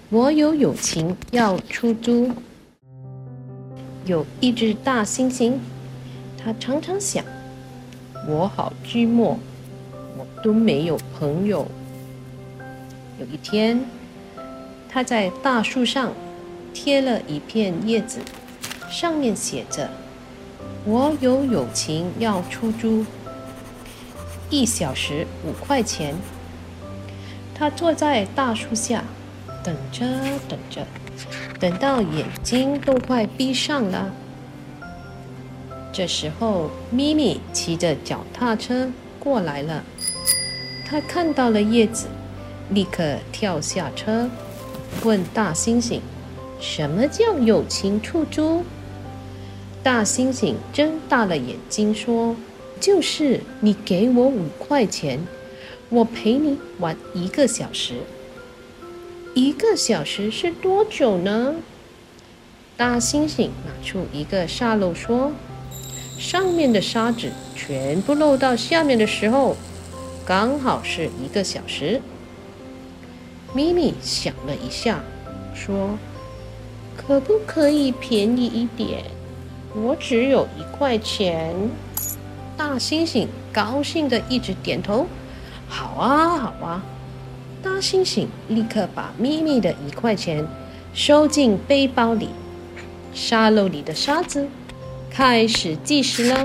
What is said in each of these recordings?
我有友情要出租。有一只大猩猩，它常常想：我好寂寞，我都没有朋友。有一天，它在大树上贴了一片叶子，上面写着：我有友情要出租，1小时5块钱。他坐在大树下，等着等着，等到眼睛都快闭上了。这时候，咪咪骑着脚踏车过来了。他看到了叶子，立刻跳下车，问大猩猩：什么叫友情出租？大猩猩睁大了眼睛说：就是你给我5块钱，我陪你玩1个小时。1个小时是多久呢？大猩猩拿出一个沙漏说：上面的沙子全部漏到下面的时候，刚好是1个小时。咪咪想了一下，说：可不可以便宜一点？我只有1块钱。大猩猩高兴地一直点头：好啊，好啊。大猩猩立刻把咪咪的1块钱收进背包里，沙漏里的沙子开始计时了。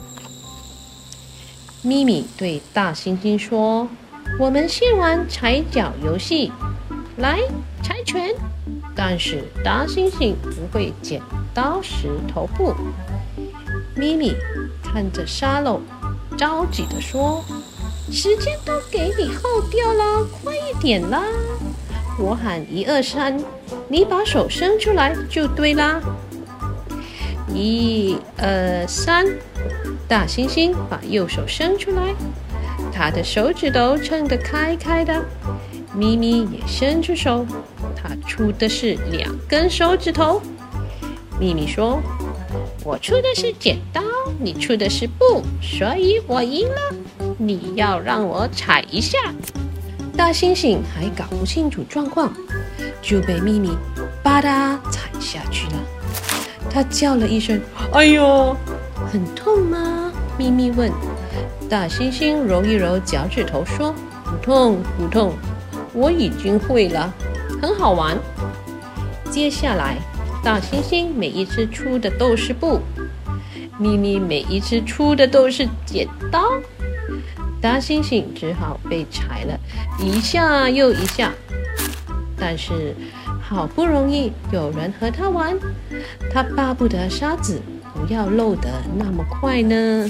咪咪对大猩猩说：我们先玩踩脚游戏，来，猜拳。但是大猩猩不会剪刀石头布。咪咪看着沙漏，着急地说：时间都给你耗掉了，快一点啦！我喊1、2、3，你把手伸出来就对啦。1、2、3，大猩猩把右手伸出来，他的手指头撑得开开的。咪咪也伸出手，他出的是2根手指头。咪咪说：我出的是剪刀，你出的是布，所以我赢了。你要让我踩一下。大猩猩还搞不清楚状况，就被咪咪吧嗒踩下去了。他叫了一声：哎呦！很痛吗？咪咪问。大猩猩揉一揉脚趾头说：不痛不痛，我已经会了，很好玩。接下来，大猩猩每一次出的都是布，咪咪每一次出的都是剪刀。大猩猩只好被踩了一下又一下，但是好不容易有人和他玩，他巴不得沙子不要漏得那么快呢。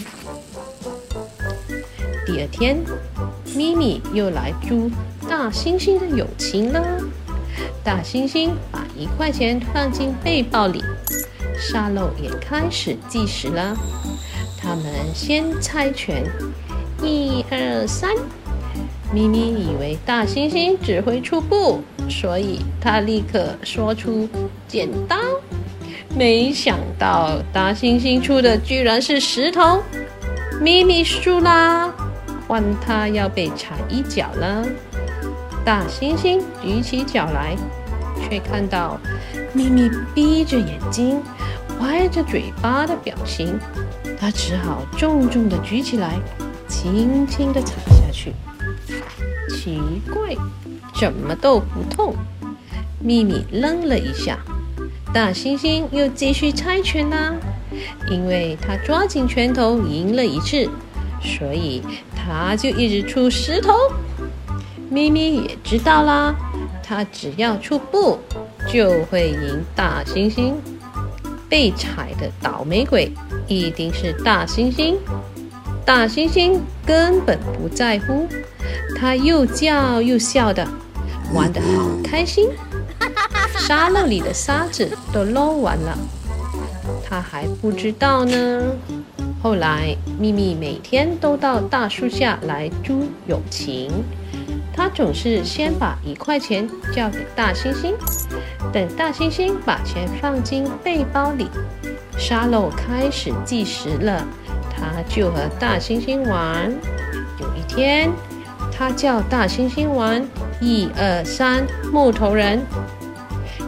第2天，咪咪又来租大猩猩的友情了。大猩猩把1块钱放进背包里，沙漏也开始计时了。他们先猜拳，1、2、3。咪咪以为大猩猩只会出布，所以他立刻说出剪刀。没想到大猩猩出的居然是石头，咪咪输啦，换他要被踩一脚了。大猩猩举起脚来，却看到咪咪闭着眼睛，歪着嘴巴的表情，他只好重重的举起来，轻轻地踩下去。奇怪，怎么都不痛。咪咪愣了一下，大猩猩又继续猜拳啦。因为他抓紧拳头赢了1次，所以他就一直出石头。咪咪也知道啦，他只要出布就会赢大猩猩。被踩的倒霉鬼一定是大猩猩。大猩猩根本不在乎，他又叫又笑的，玩得好开心。沙漏里的沙子都漏完了，他还不知道呢。后来，咪咪每天都到大树下来租友情。他总是先把1块钱交给大猩猩，等大猩猩把钱放进背包里，沙漏开始计时了，他就和大猩猩玩。有一天，他叫大猩猩玩1、2、3木头人，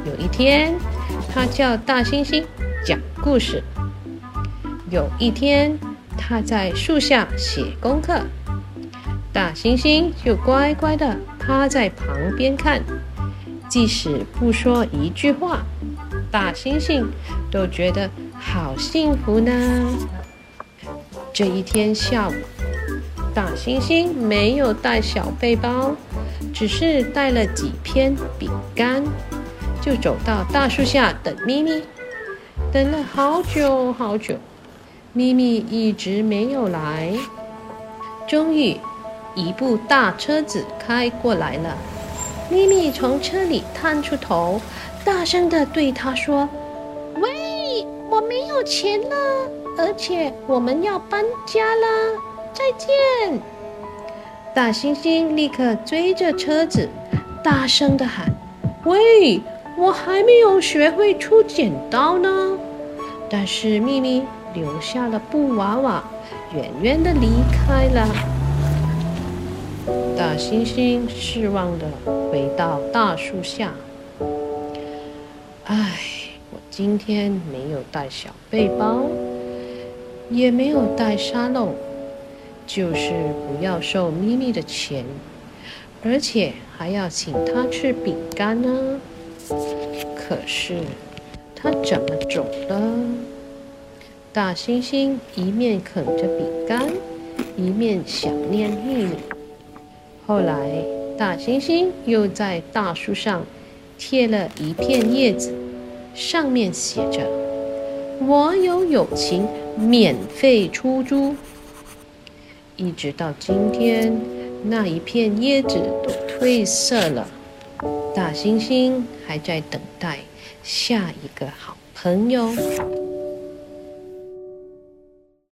有一天，他叫大猩猩讲故事。有一天，他在树下写功课，大猩猩就乖乖地趴在旁边看，即使不说一句话，大猩猩都觉得好幸福呢。这一天下午，大猩猩没有带小背包，只是带了几片饼干，就走到大树下等咪咪。等了好久好久，咪咪一直没有来。终于，一部大车子开过来了。咪咪从车里探出头，大声地对他说：“喂，我没有钱了，而且我们要搬家啦，再见！”大猩猩立刻追着车子，大声地喊：“喂，我还没有学会出剪刀呢！”但是咪咪留下了布娃娃，远远地离开了。大猩猩失望地回到大树下。唉，我今天没有带小背包，也没有带沙漏，就是不要收咪咪的钱，而且还要请他吃饼干呢。可是他怎么走呢？大猩猩一面啃着饼干，一面想念咪咪。后来，大猩猩又在大树上贴了一片叶子，上面写着：“我有友情，免费出租。”一直到今天，那一片叶子都褪色了。大猩猩还在等待下一个好朋友。